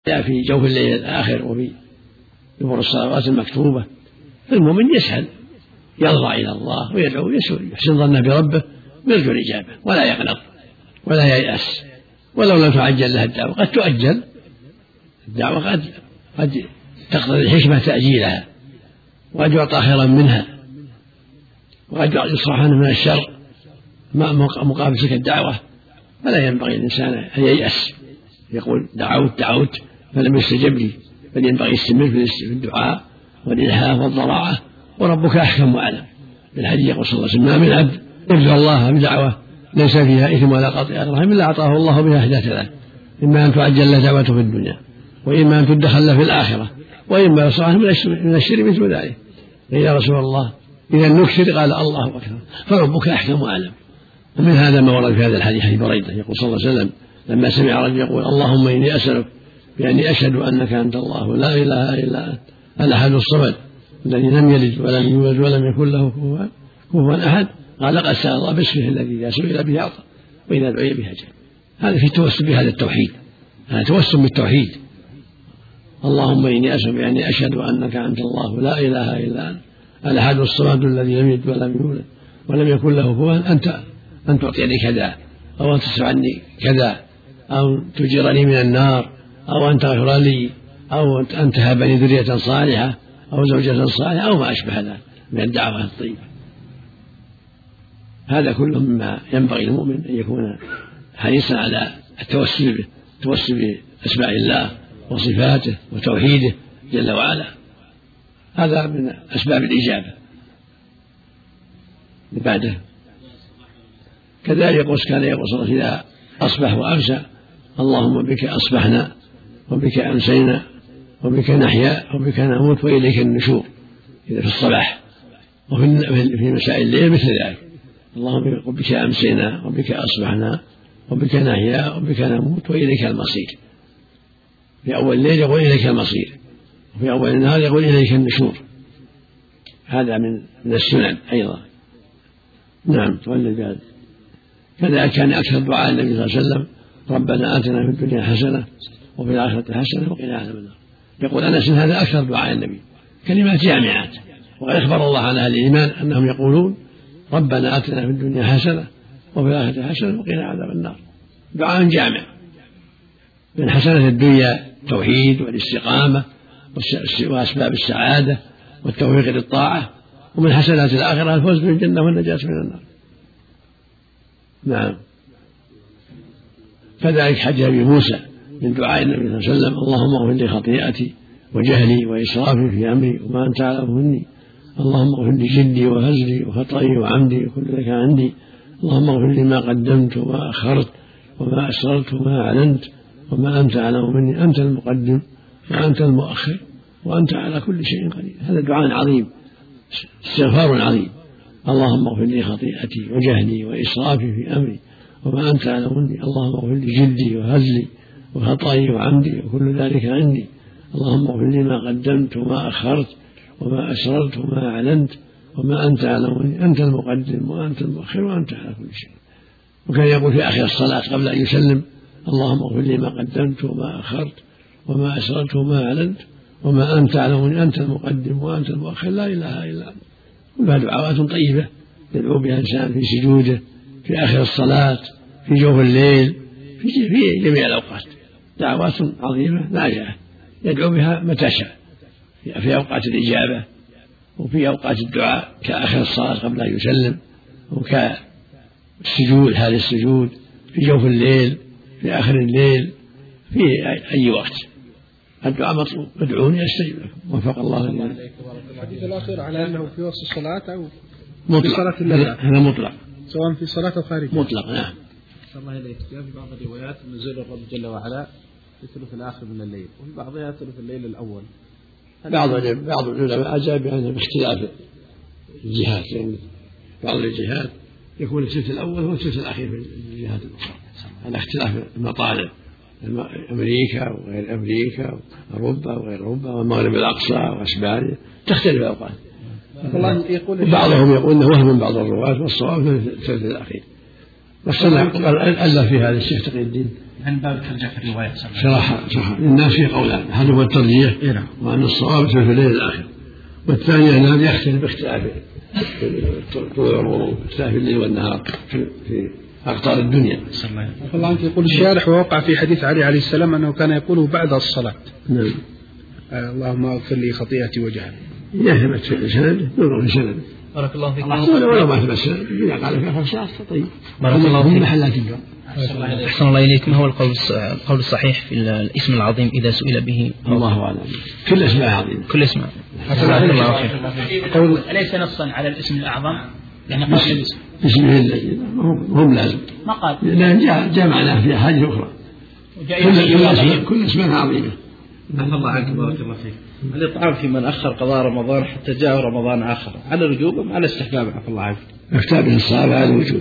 في جوف الليل الآخر وفي دبر الصلوات المكتوبة. فالمؤمن يسهل يضرع إلى الله ويدعو يحسن ظنه بربه ويرجو الإجابة ولا يقنط ولا ييأس. ولو لم تعجل لها الدعوة قد تؤجل الدعوة، قد تقتضي الحكمة تأجيلها، وقد يعطى خيرا منها، وقد يصرف عنه من الشر مقابل تلك الدعوة. فلا ينبغي الإنسان أن ييأس يقول دعوت فلم يستجب لي، بل ينبغي يستمر في الدعاء والإلحاح والضراعة، وربك أحكم وأعلم. بالحديث يقول صلى الله عليه وسلم: ما من عبد يدعو الله بدعوة ليس فيها إثم ولا قطيعة رحم إلا أعطاه الله بها إحدى ثلاث: إما أن تعجل له دعوته في الدنيا، وإما أن تدخل له في الآخرة، وإما يصرف عنه من الشر مثل ذلك. يا رسول الله إذا نكسر؟ قال: الله أكبر، فربك أحكم وأعلم. ومن هذا ما ورد في هذا الحديث حديث بريدة يقول صلى الله عليه وسلم لما سمع رجل يقول: اللهم إني أسألك بأني أشهد أنك أنت الله لا إله إلا أنت الأحد الصمد الذي لم يلد ولم يولد ولم يكن له كفوا أحد، قال: قد سأل الله باسمه الذي إذا سئل به أعطى وإذا دعي به أجاب. هذا في التوسل بهذا التوحيد، هذا توسل بالتوحيد. اللهم إني أسألك بأني أشهد أنك أنت الله لا إله إلا أنت الأحد الصمد الذي لم يلد ولم يولد ولم يكن له كفوا أن تعطيني كذا، أو أن تصرف عني كذا، أو تجيرني من النار، أو أن تغفر لي، أو أن تهبني ذرية صالحة أو زوجة صالحة، أو ما أشبه ذلك من الدعوة الطيبة. هذا كله مما ينبغي المؤمن أن يكون حريصا على التوسل به، التوسل بأسماء الله وصفاته وتوحيده جل وعلا. هذا من أسباب الإجابة. بعده كذلك كان يقول صلى الله عليه وسلم إذا أصبح وأمسى: اللهم بك أصبحنا وبك أمسينا وبك نحيا وبك نموت وإليك النشور. إذا في الصباح، وفي مساء الليل مثل ذلك: اللهم بك أمسينا وبك أصبحنا وبك نحيا وبك نموت وإليك المصير. في أول الليل يقول: إليك المصير، وفي أول النهار يقول: إليك النشور. هذا من السنن أيضا. نعم. كذلك كان أكثر دعاء النبي صلى الله عليه وسلم: ربنا آتنا في الدنيا حسنة وفي الآخرة حسنة وقنا عذاب النار. يقول أنس: هذا أكثر دعاء النبي، كلمات جامعات. وقد أخبر الله عن أهل الإيمان أنهم يقولون: ربنا آتنا في الدنيا حسنة وفي الآخرة حسنة وقنا عذاب النار. دعاء جامع. من حسنة الدنيا التوحيد والاستقامة وأسباب السعادة والتوفيق للطاعة، ومن حسنات الآخرة الفوز بالجنة والنجاة من النار. نعم. كذلك حديث أبي موسى من دعاء النبي صلى الله عليه وسلم: اللهم اغفر لي خطيئتي وجهلي وإسرافي في أمري وما أنت أعلم مني، اللهم اغفر لي جدي وهزلي وخطئي وعمدي وكل ذلك عندي، اللهم اغفر لي ما قدمت وما أخرت وما أسررت وما أعلنت وما أنت أعلم مني، أنت المقدم وأنت المؤخر وأنت على كل شيء قدير. هذا دعاء عظيم، استغفار عظيم. اللهم اغفر لي خطيئتي وجهلي وإسرافي في أمري وما أنت أعلم مني، اللهم اغفر لي جدي وهزلي وخطئي وعمدي وكل ذلك عندي، اللهم اغفر لي ما قدمت وما أخرت وما أسررت وما أعلنت وما أنت أعلم مني، أنت المقدم وأنت المؤخر وأنت على كل شيء. وكان يقول في آخر الصلاة قبل أن يسلم: اللهم اغفر لي ما قدمت وما أخرت وما أسررت وما أعلنت وما أنت أعلم مني، أنت المقدم وأنت المؤخر لا إله إلا أنت. كلها دعوات طيبة يدعو بها الإنسان في سجوده، في آخر الصلاة، في جوف الليل، في جميع الأوقات. دعوات عظيمة ناجعة يدعو بها متى شاء، في أوقات الإجابة وفي أوقات الدعاء كآخر الصلاة قبل أن يسلم، وكالسجود هذا السجود في جوف الليل، في آخر الليل، في أي وقت. الدعاء مطلوب: ادعوني أستجب لكم. وفق الله لنا. الحديث الأخير على أنه في وسط الصلاة أو مطلق. في صلاة الليل، هذا مطلق، سواء في صلاة أو خارج مطلق. نعم. الله إليك. جاء في بعض الروايات نزول الرب جل وعلا في الثلث الآخر من الليل، وفي بعضها ثلث الليل الأول. بعض العلماء أجاب بأنه باختلاف الجهات، يعني بعض الجهات يكون الثلث الأول هو الثلث الأخير في الجهات الأخرى على اختلاف المطالب، أمريكا وغير أمريكا وأوروبا وغير أوروبا والمغرب الأقصى وأسبانيا تختلف الأوقات. وبعضهم يقول أنه وهم بعض الرواة، والصواب في الثلث الأخير. والسنة ألف في هذا الشيخ تقي الدين عن باب الترجيح في الروايات صراحة الناس في قولان، هذا هو الترجيح وأن الصواب في الليل الآخر، والثاني أنه يختلف باختلاف طول العمر، اختلاف الليل والنهار في أقطار الدنيا. الله عنك. يقول الشارح ووقع في حديث علي عليه السلام أنه كان يقوله بعد الصلاة. نعم. اللهم اغفر لي خطيئتي وجهلي. إذا ثبت في سند نظر في سند. بارك الله فيك. ولو ما ثبت سند إذا قال في آخر الصلاة طيب. بارك الله فيك. محلات الجواب. أحسن الله إليك. ما هو القول الصحيح في الاسم العظيم إذا سئل به؟ الله أعلم. كل اسماء عظيم. كل اسماء. أليس نصا على الاسم الأعظم؟ يعني قبل اسمه الذي هم لازم. ما قال. لأن جاء معناه في أحاديث أخرى. كل اسماء عظيمة. الله عنك. بارك الله فيك. الإطعام في من أخر قضاء رمضان حتى جاء رمضان آخر على الوجوب أم على الاستحباب؟ عفى الله عنك. أفتى به الصحابة على الوجوب.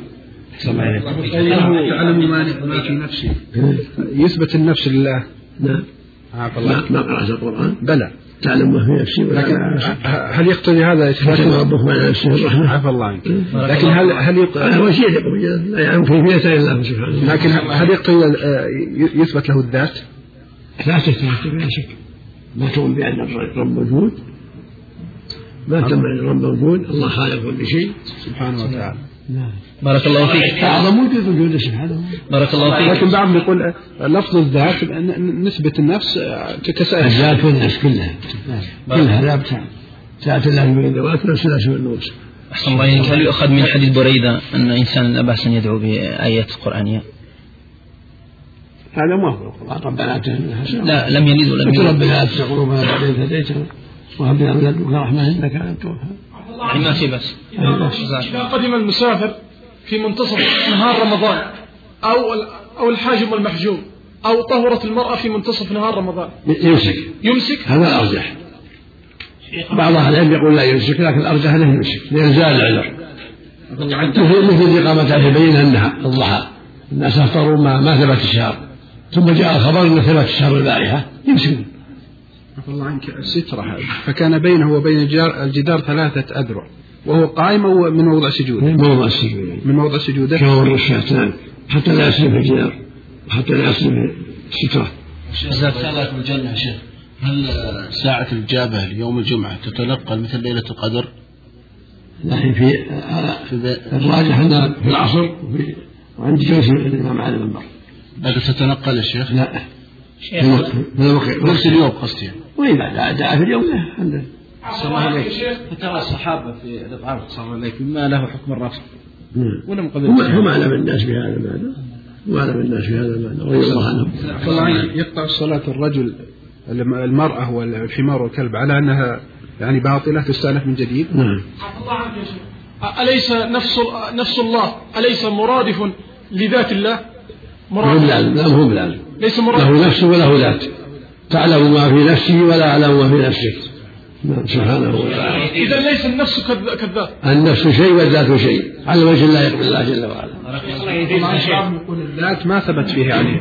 تعلم ما في نفسي يثبت النفس لله. نعم. ما قرأت القرآن. بلى. تعلم ما في نفسي. لكن هل يقتضي هذا إثبات ربكم على نفسه الرحمة؟ عفى الله عنك. لكن هل يقتضي وشيء لا يعلم كيفية إلا الله سبحانه. لكن هل يقتضي يثبت له الذات؟ لا تثبت بلا شك. ما تؤمن بأن الرب موجود، ما تؤمن بأن الرب موجود، الله خالق كل شيء سبحانه وتعالى. بارك الله فيك. أعظم وجود سبحانه. بارك الله فيك. لكن بعضهم يقول لفظ الذات نسبة النفس كسائر الذات والنفس كلها لا ذات الله من ذوات نفس لا سوى النفس. أحسن الله إليك. هل يؤخذ من حديث بريدة أن إنسان لا بأس أن يدعو بآيات قرآنية؟ هذا ما هو القرآن. ربنا آتنا حسنة. لا لم يلد ولم يولد. ربنا لا تزغ قلوبنا بعد إذ هديتنا وهب لنا من لدنك رحمة إنك أنت الوهاب. يعني ما في بس. إذا قدم المسافر في منتصف نهار رمضان أو الحاجم والمحجوم أو طهرت المرأة في منتصف نهار رمضان يمسك. هذا الأرجح. بعض أهل العلم يقول لا يمسك، لكن الأرجح أنه يمسك لأن زال العذر. مثل إقامة بين النهار الضحى الناس أفطروا ما ثبت الشهر، ثم جاء الخبر أن ثبت الشهر البارحة يمسكون. الله عنك. السترة فكان بينه وبين الجدار 3 أذرع وهو قائم من موضع سجوده. من موضع سجوده كما الرشاة حتى لا يسلم في الجدار وحتى لا يسلم في السترة. جزاك الله في الجنة يا شيخ. هل ساعة الإجابة ليوم الجمعة تتنقل مثل ليلة القدر؟ لكن في الراجح أنها في العصر وعند جلوس الإمام على المنبر. هذا تتنقل يا شيخ؟ لا نفس اليوم قصدي. وإذا دعا في اليوم له الحمد لله. فترى الصحابة في الإطعام صلى الله عليه وسلم ما له حكم الرفض. هم أعلم الناس بهذا المعنى رضي الله عنهم. طبعا يقطع الصلاة الرجل المرأة والحمار والكلب على أنها يعني باطلة تستأنف من جديد. نعم. أليس نفس الله أليس مرادف لذات الله؟ هم لازم ليس مرادف. له نفس وله ذات، تعلم ما في نفسي ولا أعلم ما في نفسك سبحانه وتعالى. إذا ليس النفس كذاب. النفس شيء والذات شيء على وجه لا يقبل الله جل وعلا. يقول الذات ما ثبت فيه عليه.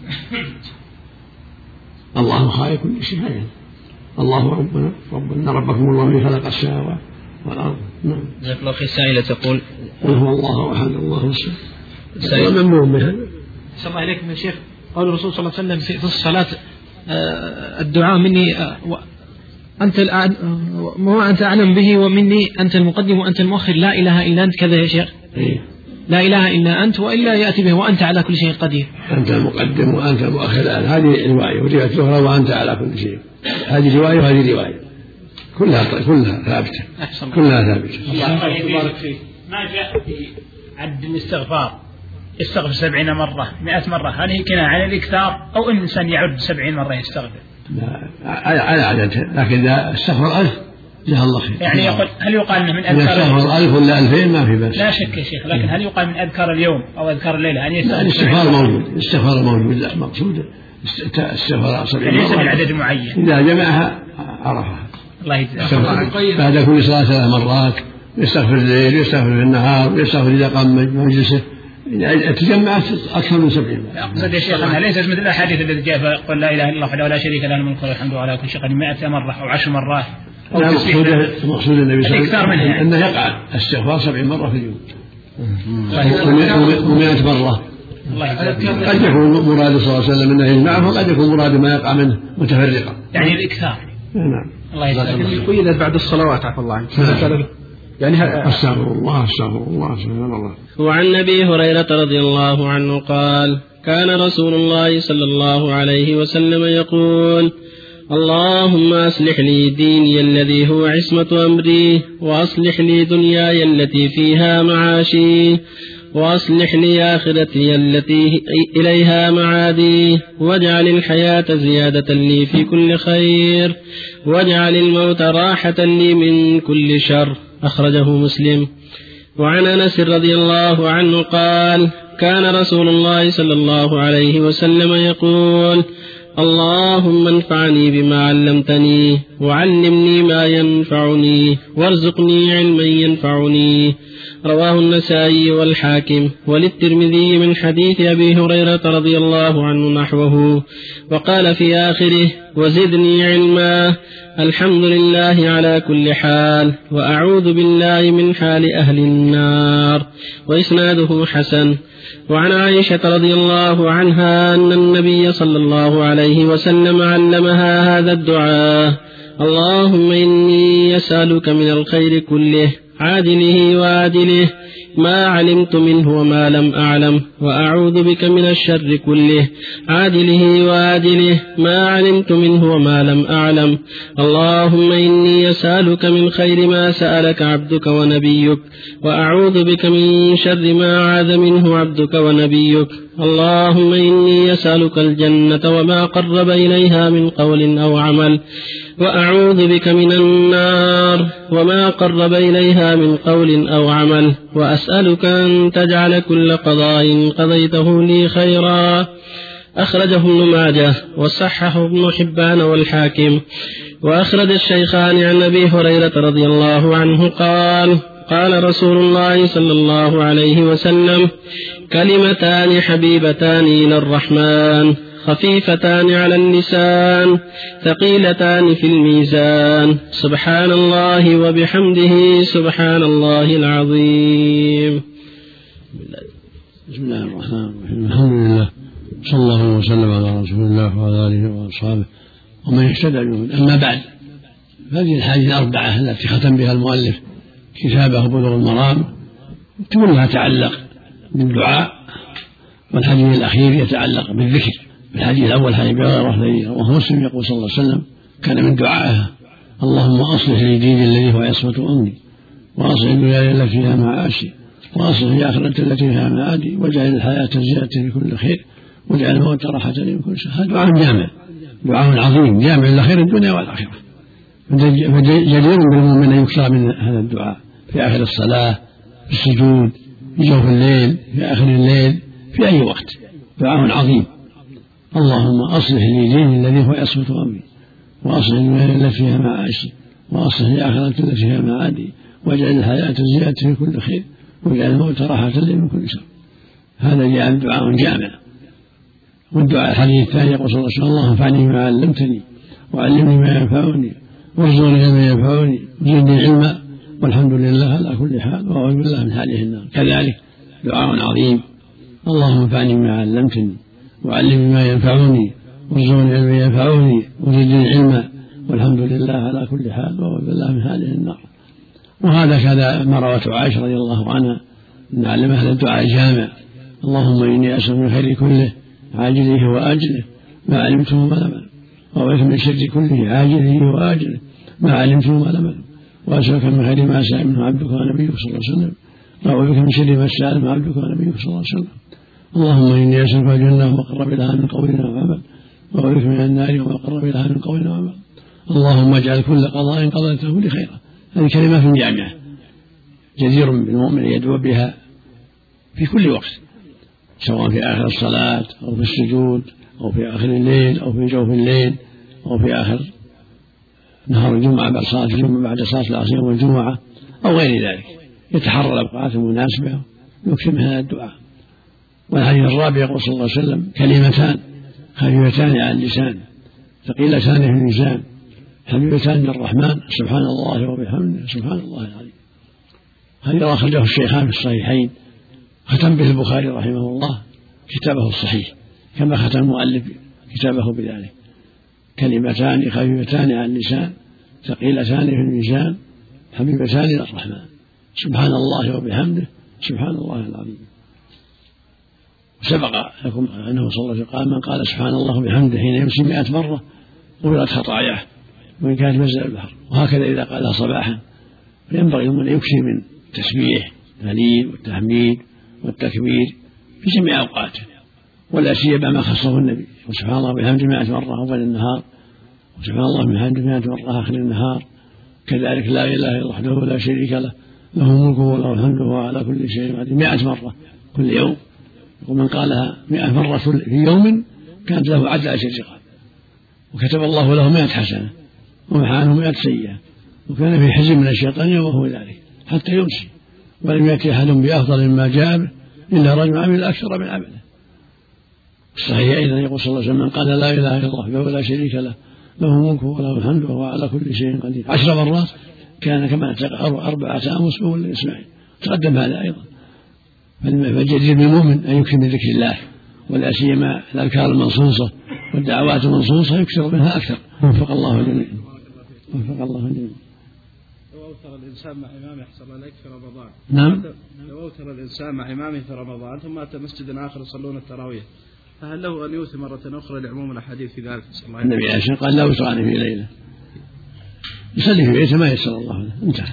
الله خالق كل شيء. الله ربنا ربكم الله الذي خلق السماوات والأرض. نعم. جزاك الله خير. سائلة تقول قل هو الله أحد الله الصمد. ومن بهذا. صلى الله عليكم يا شيخ. قال الرسول صلى الله عليه وسلم في الصلاة الدعاء مني أنت أنت أعلم به ومني أنت المقدم وأنت المؤخر لا إله إلا أنت كذا يا شيخ. لا إله إلا أنت وإلا يأتي به وأنت على كل شيء قدير. أنت المقدم وأنت المؤخر. هذه رواية ورواية أخرى وأنت على كل شيء. هذه رواية وهذه رواية كلها ثابتة. الله يبارك فيك. ما جاء في عد الاستغفار يستغفر 70 مرة 100 مرة، هل هي كنا على الإكثار أو إن الإنسان يعد 70 مرة يستغفر؟ لا على عددها، لكن إذا استغفر 1000 جزاه الله خير. يعني هل يقال من أذكار إذا استغفر 1000 ولا 2000 ما في بأس. لا شك يا شيخ، لكن هل يقال من أذكار اليوم أو أذكار الليلة؟ الاستغفار موجود لا مقصود استغفر 70 مرة ليس بالعدد معين. إذا جمعها عرفها. الله يجزاك. بعد كل صلاة 3 مرات يستغفر الليل يستغفر في النهار يستغفر إذا قام مجلسه. إذا تجمعت أكثر من 70. أقصد يا شيخ أنها ليست مثل الأحاديث التي جاء فقل لا إله إلا الله وحده لا شريك له الملك وله الحمد على كل شيء قدير 100 مرة أو 10 مرات. مقصود النبي صلى الله عليه وسلم أنه يقع استغفار 70 مرة في اليوم و100 مرة قد يكون مراد صلى الله عليه وسلم انه يجمعه وقد يكون مراد ما يقع منه متفرقا يعني الاكثار. نعم. الله يسلمك. قيلت بعد الصلوات عفى الله عنك. يعني استغفر الله سبحان الله. وعن أبي هريرة رضي الله عنه قال: كان رسول الله صلى الله عليه وسلم يقول: اللهم أصلح لي ديني الذي هو عصمة أمري، وأصلح لي دنياي التي فيها معاشي، وأصلح لي آخرتي التي إليها معادي، واجعل الحياة زيادة لي في كل خير، واجعل الموت راحة لي من كل شر. أخرجه مسلم. وعن أنس رضي الله عنه قال: كان رسول الله صلى الله عليه وسلم يقول: اللهم انفعني بما علمتني، وعلمني ما ينفعني، وارزقني علما ينفعني. رواه النسائي والحاكم وللترمذي من حديث أبي هريرة رضي الله عنه نحوه، وقال في آخره: وزدني علما. الحمد لله على كل حال، وأعوذ بالله من حال أهل النار. وإسناده حسن. وعن عائشة رضي الله عنها أن النبي صلى الله عليه وسلم علمها هذا الدعاء: اللهم إني أسألك من الخير كله عاجله وآجله ما علمت منه وما لم أعلم، وأعوذ بك من الشر كله عاجله وآجله ما علمت منه وما لم أعلم. اللهم إني أسألك من خير ما سألك عبدك ونبيك، وأعوذ بك من شر ما عاذ منه عبدك ونبيك. اللهم إني أسألك الجنة وما قرب إليها من قول أو عمل، وأعوذ بك من النار وما قرب إليها من قول أو عمل، وأسألك أن تجعل كل قضاء قضيته لي خيرا. أخرجه ابن ماجه وصححه ابن حبان والحاكم. وأخرج الشيخان عن أبي هريرة رضي الله عنه قال: قال رسول الله صلى الله عليه وسلم: كلمتان حبيبتان إلى الرحمن، خفيفتان على اللسان، ثقيلتان في الميزان، سبحان الله وبحمده سبحان الله العظيم. بسم الله الرحمن الرحيم. الحمد لله، صلى الله وسلم على رسول الله وعلى آله وأصحابه ومن اهتدى بهداه. أما بعد، هذه الحديث الأربعة التي ختم بها المؤلف كتابه بلوغ المرام كلها تتعلق بالدعاء، والحديث الأخير يتعلق بالذكر. الحديث الأول حديث أبي هريرة وهو مسلم يقول صلى الله عليه وسلم: كان من دعائه: اللهم أصلح لي ديني الذي هو عصمة أمري، وأصلح دنياي التي فيها معاشي، وأصلح لي آخرتي التي فيها معادي، واجعل الحياة زيادة في كل خير، واجعل الموت راحة لي من كل شر. هذا دعاء جامع، دعاء عظيم جامع لخير الدنيا والآخرة، فجدير بالمؤمن أن يكثر من هذا الدعاء في آخر الصلاة، في السجود، في جوف الليل، في آخر الليل، في أي وقت. دعاء عظيم: اللهم أصلح لي ديني الذي هو عصمة أمري، وأصلح دنياي التي فيها معاشي، وأصلح لي آخرتي التي فيها معادي، واجعل الحياة زيادة في كل خير، واجعل الموت راحة لي من كل شر. هذا جاء دعاء جامع. والدعاء الحديث الثاني يقول صلى الله عليه وسلم: اللهم انفعني بما علمتني، وعلمني ما ينفعني، وارزقني ما ينفعني، وزدني علما، والحمد لله على كل حال، وأعوذ بالله من حاله النار. كذلك دعاء عظيم: اللهم انفعني بما علمتني، وعلمني ما ينفعني، وارزقني علما ينفعني، وزدني علما، والحمد لله على كل حال، وأعوذ بالله من حاله النار. وهذا كذا ما روته عائشة رضي الله عنها أن علم هذا الدعاء الجامع: اللهم إني أسألك من خير كله عاجله وآجله ما علمته وما لم أعلم، وأعوذ من شر كله عاجله وآجله ما علمته وما لم أعلم، وأسألك من خير ما سأل منه عبدك ونبيك صلى الله عليه وسلم، وأعوذ بك من شر ما سأل منه عبدك ونبيك صلى الله عليه وسلم. اللهم إني أسألك الجنة وما قرب إليها من قول وعمل، وأعوذ بك من النار وما قرب إليها من قول وعمل. اللهم اجعل كل قضاء قضيته لي خيرا. هذه كلمات جامعة جدير بالمؤمن يدعو بها في كل وقت، سواء في آخر الصلاة أو في السجود أو في آخر الليل أو في جوف الليل أو في آخر نهار الجمعة بعد صلاة الجمعة، بعد صلاة العصر والجمعة أو غير ذلك. يتحرى الأوقات المناسبة ويكثر من هذا الدعاء. والحديث الرابع يقول صلى الله عليه وسلم: كلمتان خفيفتان على اللسان، ثقيلتان في الميزان، حبيبتان للرحمن، سبحان الله وبحمده سبحان الله العظيم. هذا أخرجه الشيخان في الصحيحين، ختم به البخاري رحمه الله كتابه الصحيح، كما ختم المؤلف كتابه بذلك: كلمتان خفيفتان على اللسان ثقيلتان في الميزان حبيبتان إلى الرحمن، سبحان الله وبحمده سبحان الله العظيم. وسبق لكم أنه صلى الله عليه وسلم قال: من قال سبحان الله وبحمده حين يمسي 100 مرة غفرت خطاياه وإن كانت مزل البحر. وهكذا إذا قالها صباحا، فينبغي أن يكثر من التسبيح التهليل والتحميد والتكبير في جميع أوقاته، ولا سيما ما خصه النبي: وسبحان الله وبحمده 100 مرة أول النهار، وسبحان الله وبحمده 100 مرة آخر النهار. كذلك لا إله إلا الله وحده لا شريك له، له الملك وله الحمد وهو على كل شيء قدير 100 مرة كل يوم. ومن قالها 100 مرة في يوم كانت له عدل 10 رقاب، وكتب الله له 100 حسنة ومحى عنه 100 سيئة، وكان في حزب من الشيطان وهو ذلك حتى يمسي، ولم يأتي أحد بأفضل مما جاء به إلا رجل عمل أكثر من عمله. الصحيح أيضا يقول صلى الله عليه وسلم: من قال لا إله إلا الله وحده لا شريك له، له الملك وله الحمد وهو على كل شيء قدير 10 مرات كان كما 4 أمس بولد إسماعيل. تقدم هذا أيضا. فالجدير بالمؤمن أن يكثر من ذكر الله، ولا سيما الأذكار المنصوصة والدعوات المنصوصة يكثر منها أكثر. وفق الله الجميع. وفق الله الجميع. لو أوتر الإنسان مع إمامه أحسن عليك في رمضان. نعم. لو أوتر الإنسان مع إمامه في رمضان ثم أتى مسجد آخر يصلون التراويح، فهل له أن يوتر مرة أخرى لعموم الأحاديث في ذلك؟ النبي عليه الصلاة والسلام قال: لا وتران في ليلة، يصلي في بيته ما يسر الله له، انتهى.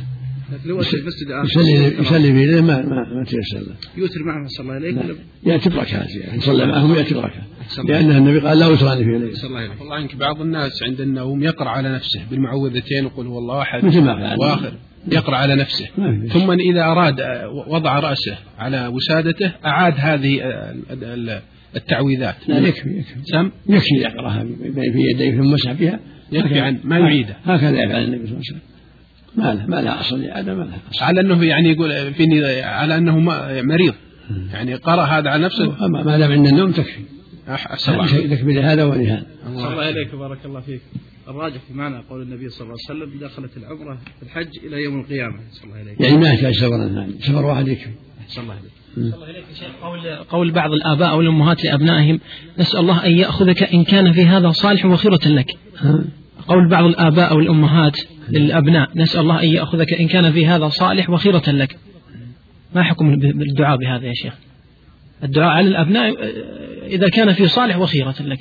يصلي في ليلة ما تيسر له، يوتر معه صلى الله عليه يأتي بركعات، يعني صلى معهم يأتي بركعات، لأن النبي قال: لا وتران في ليلة. والله إنك بعض الناس عند النوم يقرأ على نفسه بالمعوذتين وقل هو الله أحد مثل ما فعل وآخر، يقرأ على نفسه، ثم إذا أراد وضع رأسه على وسادته أعاد هذه التعويذات. لا يكفي يقرأها في يديه ثم مسح بها، يكفي عن ما يعيده. هكذا يفعل النبي صلى الله عليه وسلم، ما لها أصل إعادة، ما لها أصل. على أنه يعني يقول على أنه مريض، يعني قرأ هذا على نفسه. ما دام عند النوم تكفي. تكفي لهذا ولهذا. صلى الله عليك بارك الله فيك. الراجح في معنى قول النبي صلى الله عليه وسلم: دخلت العمرة في الحج إلى يوم القيامة. صلى الله عليك. يعني ما يحتاج سفر ثاني، سفر واحد يكفي. صلى الله عليك. الله إليك يا شيخ. قول بعض الآباء والأمهات لأبنائهم: نسأل الله أن يأخذك إن كان في هذا صالح وخيرة لك. قول بعض الآباء والأمهات للأبناء: نسأل الله أن يأخذك إن كان في هذا صالح وخيرة لك. ما حكم الدعاء بهذا يا شيخ؟ الدعاء على الأبناء إذا كان في صالح وخيرة لك.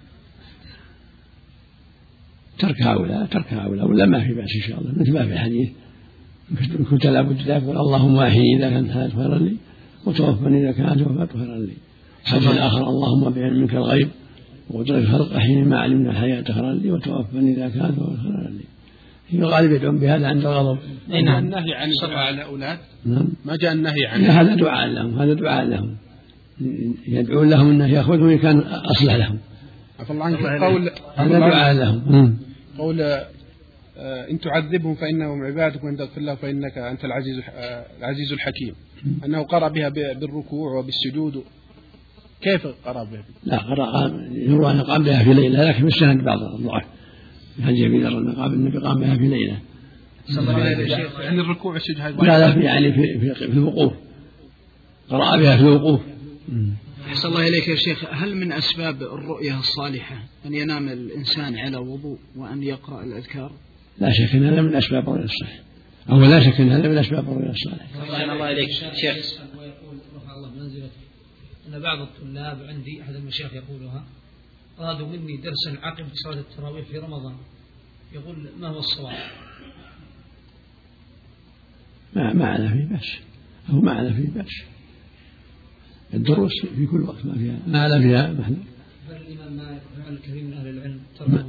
ترك هؤلاء ولا ما في بأس إن شاء الله، مثل ما في الحديث: كنت لابد تقول اللهم أحيني إذا كانت هذا خيرا لي، وتوفني إذا كانت وفاة خيرا لي. حديث آخر: اللهم بعلمك الغيب وقدرة الخلق أحيني ما علمنا الحياة خيرا لي، وتوفني إذا كانت وفاة خيرا لي. في الغالب يدعون بهذا عند الغضب. نعم. النهي عن الدعاء على الأولاد ما جاء النهي عنه. هذا دعاء لهم، يدعون لهم أنه يأخذهم إن كان أصلح لهم. هذا دعاء لهم. قول إن تعذبهم فإنهم عبادك وإن تغفر لهم فإنك أنت العزيز الحكيم. أنه قرأ بها بالركوع وبالسجود، كيف قرأ بها؟ لا، يروى أن قام بها في ليلة، لكن بالسند بعض الضعف. هل أبي ذر أن النبي قام بها في ليلة. يعني الركوع والسجود لا يعني في الوقوف، قرأ بها في الوقوف. أحسن الله إليك يا شيخ. هل من أسباب الرؤية الصالحة أن ينام الإنسان على وضوء وأن يقرأ الأذكار؟ لا شك أن هذا من أسباب الرؤية الصالحة، أو لا شك أن هذا من أسباب الرؤية الصالحة. أحسن الله إليك شيخ. ويقول رفع الله منزلته أن بعض الطلاب عندي أحد المشايخ يقولها: أرادوا مني درسا عقب صلاة التراويح في رمضان، يقول ما هو الصواب؟ ما على فيه بأس، أو ما على فيه بأس. الدروس في كل وقت ما على فيها محل. فالإمام مالك وعن الكثير من أهل العلم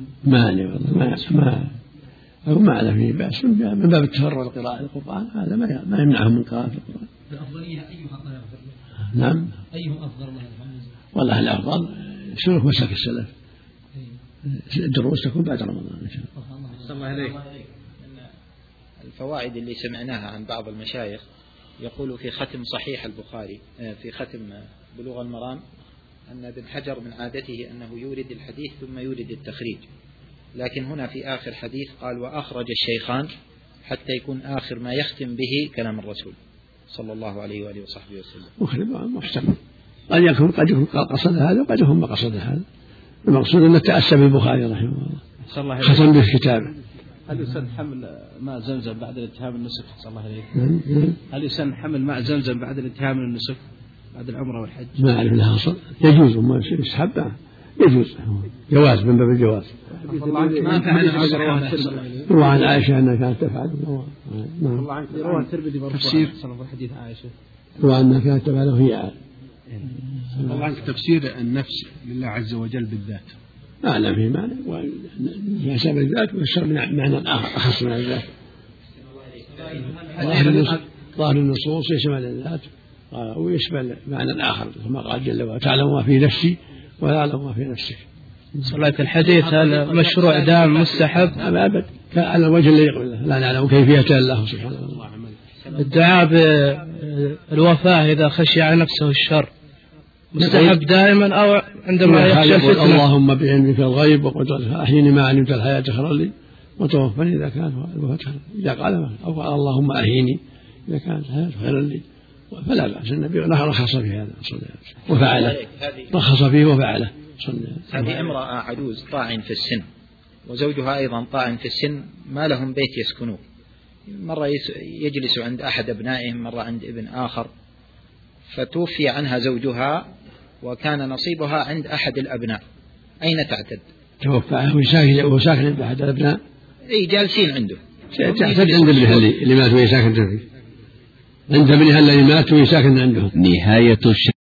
ما على فيه بأس، من باب التفرغ لقراءة القرآن، هذا ما يمنعهم من قراءة القرآن. الأفضلية أيها الله يغفر له؟ نعم. أيهم أفضل الله يغفر له؟ والله الأفضل سلوك مسلك السلف. الدروس تكون بعد رمضان إن شاء الله. صلى الله عليك. الفوائد اللي سمعناها عن بعض المشايخ يقول في ختم صحيح البخاري، في ختم بلوغ المرام، أن ابن حجر من عادته أنه يورد الحديث ثم يورد التخريج، لكن هنا في آخر حديث قال: وأخرج الشيخان، حتى يكون آخر ما يختم به كلام الرسول صلى الله عليه وآله وصحبه وسلم. محتمل. قد يكون قصد هذا وقد يكون ما قصد هذا. المقصود أن تأسى بالبخاري رحمه الله ختم به كتابه. هل يسن حمل ماء زمزم بعد الانتهاء من النسك؟ صلى الله عليه. هل يسن حمل ماء زمزم بعد الانتهاء من النسك بعد العمرة والحج؟ ما أعرف لها أصل. يجوز وما يسحب يجوز جواز من باب الجواز. وعن عائشة أنها كانت تفعل. رواه الترمذي تفسير حديث عائشة. وأنها كانت تفعله هي عائشة. الله عنك تفسير النفس لله عز وجل بالذات. أعلم في معنى ويحسب الذات ويفسر معنى أخص من الذات. ظاهر النصوص يشمل الذات ويشمل معنى الآخر كما قال جل وعلا تعلم ما في نفسي ولا أعلم ما في نفسك. صلاة الحديث هل مشروع دام مستحب؟ أبد على الوجه الذي يقول له لا نعلم كيفية الله سبحانه وتعالى. الدعاء بالوفاة إذا خشي على نفسه الشر مستحب دائما أو عندما يخشى الفتنة؟ اللهم بعلمك الغيب وقدرتك أحيني ما علمت الحياة خيرا لي وتوفني إذا كانت الوفاة إذا قال أو قال اللهم أحيني إذا كانت الحياة خيرا لي فلا بأس. النبي رخص في هذا وفعله رخص فيه وفعله. هذه امرأة عجوز طاعن في السن وزوجها أيضا طاعن في السن ما لهم بيت يسكنوه، مرة يجلس عند أحد أبنائهم مرة عند ابن آخر، فتوفي عنها زوجها وكان نصيبها عند أحد الأبناء، أين تعتد؟ توفى وساكن عند أحد الأبناء. أي جالسين عنده. تعتد عند ابنها اللي مات وهي ساكنة فيه، عند ابنها الذي مات وهي ساكنة عندهم. نهاية